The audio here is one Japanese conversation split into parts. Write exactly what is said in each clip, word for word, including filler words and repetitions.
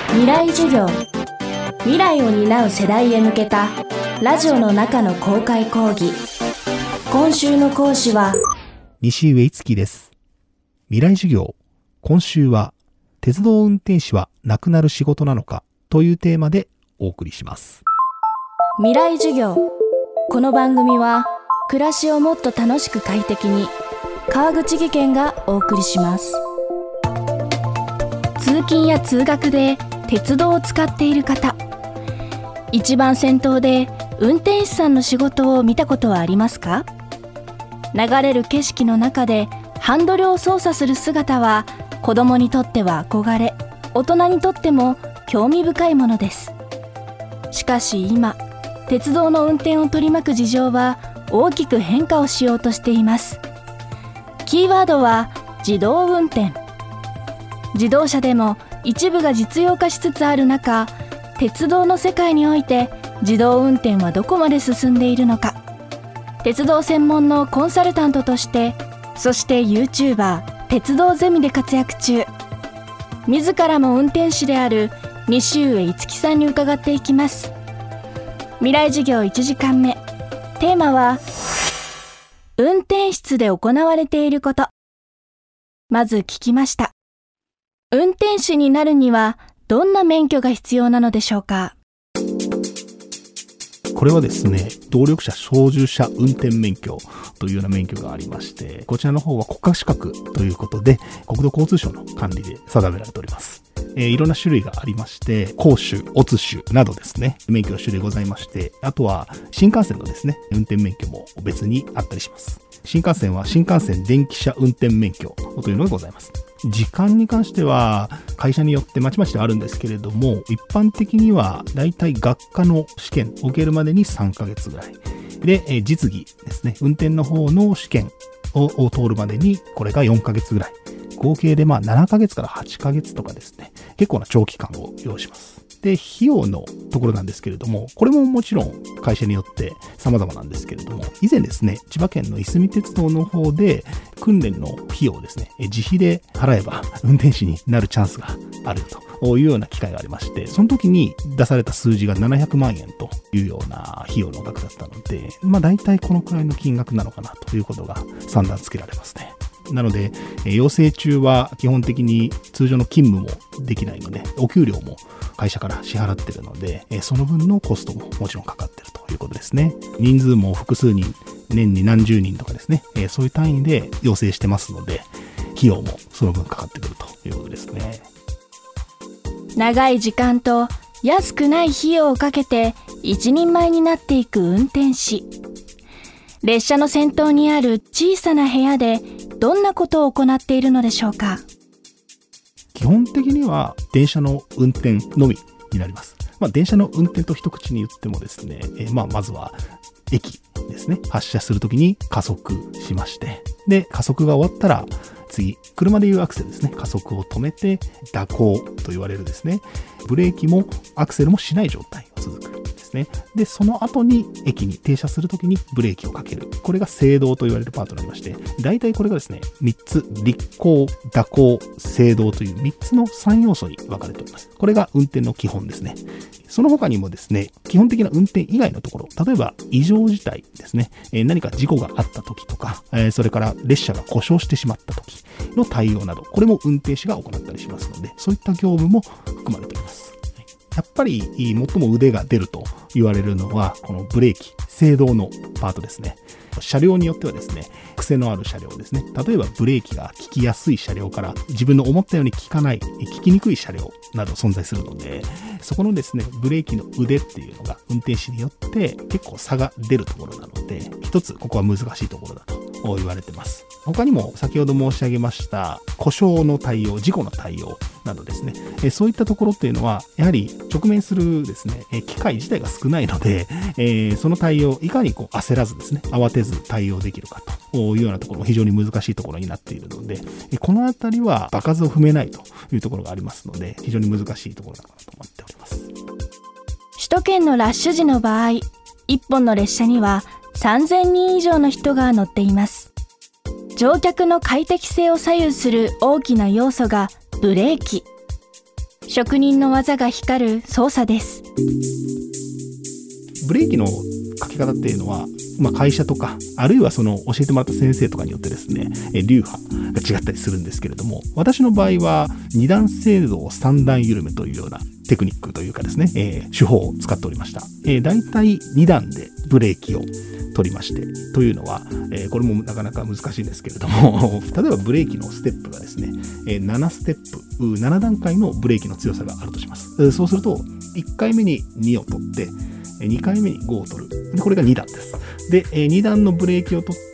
未来授業。未来を担う世代へ向けたラジオの中の公開講義。今週の講師は西上樹です。未来授業、今週は鉄道運転士はなくなる仕事なのかというテーマでお送りします。 未来授業。この番組は暮らしをもっと楽しく快適に、川口義賢がお送りします。通勤や通学で鉄道を使っている方、一番先頭で運転手さんの仕事を見たことはありますか？流れる景色の中でハンドルを操作する姿は子供にとっては憧れ、大人にとっても興味深いものです。しかし今、鉄道の運転を取り巻く事情は大きく変化をしようとしています。キーワードは自動運転。自動車でも一部が実用化しつつある中、鉄道の世界において自動運転はどこまで進んでいるのか。鉄道専門のコンサルタントとして、そして YouTuber 鉄道ゼミで活躍中、自らも運転士である西上樹さんに伺っていきます。未来授業いちじかんめ、テーマは運転室で行われていること。まず聞きました。運転手になるにはどんな免許が必要なのでしょうか？ これはですね、動力車操縦者運転免許というような免許がありまして、こちらの方は国家資格ということで、国土交通省の管理で定められております。えー、いろんな種類がありまして、講習、乙種などですね、免許の種類ございまして、あとは新幹線のですね、運転免許も別にあったりします。新幹線は新幹線電気車運転免許というのがございます。時間に関しては会社によってまちまちであるんですけれども、一般的にはだいたい学科の試験を受けるまでにさんかげつぐらいで、え実技ですね、運転の方の試験を通るまでにこれがよんかげつぐらい、合計でまあななかげつからはちかげつとかですね、結構な長期間を要します。で、費用のところなんですけれども、これももちろん会社によって様々なんですけれども、以前ですね、千葉県のいすみ鉄道の方で訓練の費用をですね、自費で払えば運転士になるチャンスがあるというような機会がありまして、その時に出された数字がななひゃくまんえんというような費用の額だったので、まあ大体このくらいの金額なのかなということが算段つけられますね。なので、養成中は基本的に通常の勤務もできないので、お給料も会社から支払っているので、その分のコストももちろんかかっているということですね。人数も複数人、年に何十人とかですね、そういう単位で養成してますので、費用もその分かかってくるということですね。 長い時間と安くない費用をかけて一人前になっていく運転士。列車の先頭にある小さな部屋でどんなことを行っているのでしょうか？ 基本的には電車の運転のみになります。まあ、電車の運転と一口に言ってもですね、えー、まあまずは駅ですね、発車するときに加速しまして、で加速が終わったら次、車でいうアクセルですね、加速を止めて蛇行と言われるですね、ブレーキもアクセルもしない状態が続く。で、その後に駅に停車するときにブレーキをかける。これが制動と言われるパートになりまして、大体これがですね、みっつ、立行、蛇行、制動というみっつのさん要素に分かれております。これが運転の基本ですね。その他にもですね、基本的な運転以外のところ、例えば異常事態ですね、えー、何か事故があったときとか、えー、それから列車が故障してしまったときの対応など、これも運転士が行ったりしますので、そういった業務も含まれております。やっぱり最も腕が出ると言われるのはこのブレーキ、制動のパートですね。車両によってはですね、癖のある車両ですね。例えばブレーキが効きやすい車両から自分の思ったように効かない、効きにくい車両など存在するので、そこのですね、ブレーキの腕っていうのが運転士によって結構差が出るところなので、一つここは難しいところだと言われてます。他にも先ほど申し上げました故障の対応、事故の対応などですね、えそういったところっていうのはやはり直面するですね、え機械自体が少ないので、えー、その対応いかにこう焦らずですね、慌てず対応できるかというようなところも非常に難しいところになっているので、このあたりは場数を踏めないというところがありますので、非常に難しいところだなと思っております。 首都圏のラッシュ時の場合、いっぽんの列車にはさんぜんにん以上の人が乗っています。乗客の快適性を左右する大きな要素がブレーキ。 職人の技が光る操作です。 ブレーキのかけ方っていうのは、まあ、会社とかあるいはその教えてもらった先生とかによってですね、流派が違ったりするんですけれども、私の場合はに段制動さん段緩めというようなテクニックというかですね、えー、手法を使っておりました。えー、だいたいに段でブレーキを取りまして、というのは、えー、これもなかなか難しいんですけれども例えばブレーキのステップがですね、えー、ななステップなな段階のブレーキの強さがあるとします。そうするといっかいめににを取ってにかいめにごを取る。これがに段です。で、に段のブレーキを取って、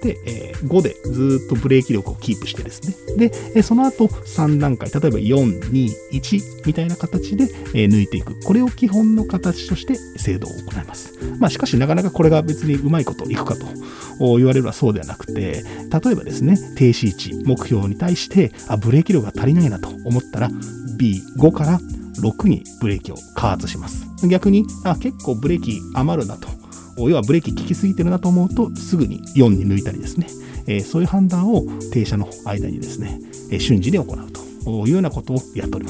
ごでずっとブレーキ力をキープしてですね。で、その後さん段階、例えばよん、に、いちみたいな形で抜いていく。これを基本の形として制動を行います。まあしかしなかなかこれが別にうまいこといくかと言われればそうではなくて、例えばですね、停止位置、目標に対して、あ、ブレーキ量が足りないなと思ったら ビーご からろくにブレーキを加圧します。逆にあ結構ブレーキ余るなと、要はブレーキ効きすぎてるなと思うとすぐによんに抜いたりですね、えー、そういう判断を停車の間にですね、えー、瞬時に行うというようなことをやっております。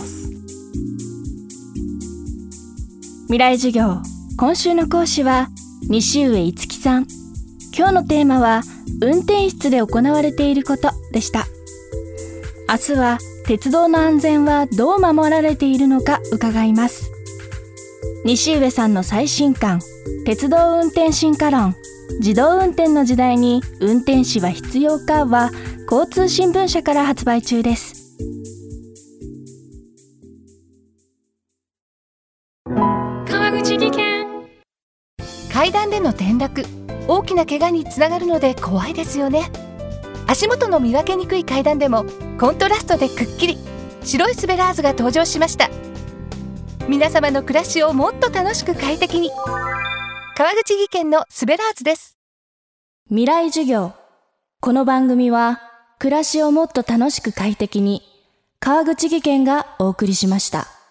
未来授業、今週の講師は西上いつきさん。今日のテーマは運転室で行われていることでした。明日は鉄道の安全はどう守られているのか伺います。西上さんの最新刊、鉄道運転進化論、自動運転の時代に運転士は必要かは交通新聞社から発売中です。 川口技研。階段での転落、大きな怪我につながるので怖いですよね。足元の見分けにくい階段でもコントラストでくっきり白いスベラーズが登場しました。皆様の暮らしをもっと楽しく快適に、川口技研のスベラーズです。 未来授業、この番組は暮らしをもっと楽しく快適に川口技研がお送りしました。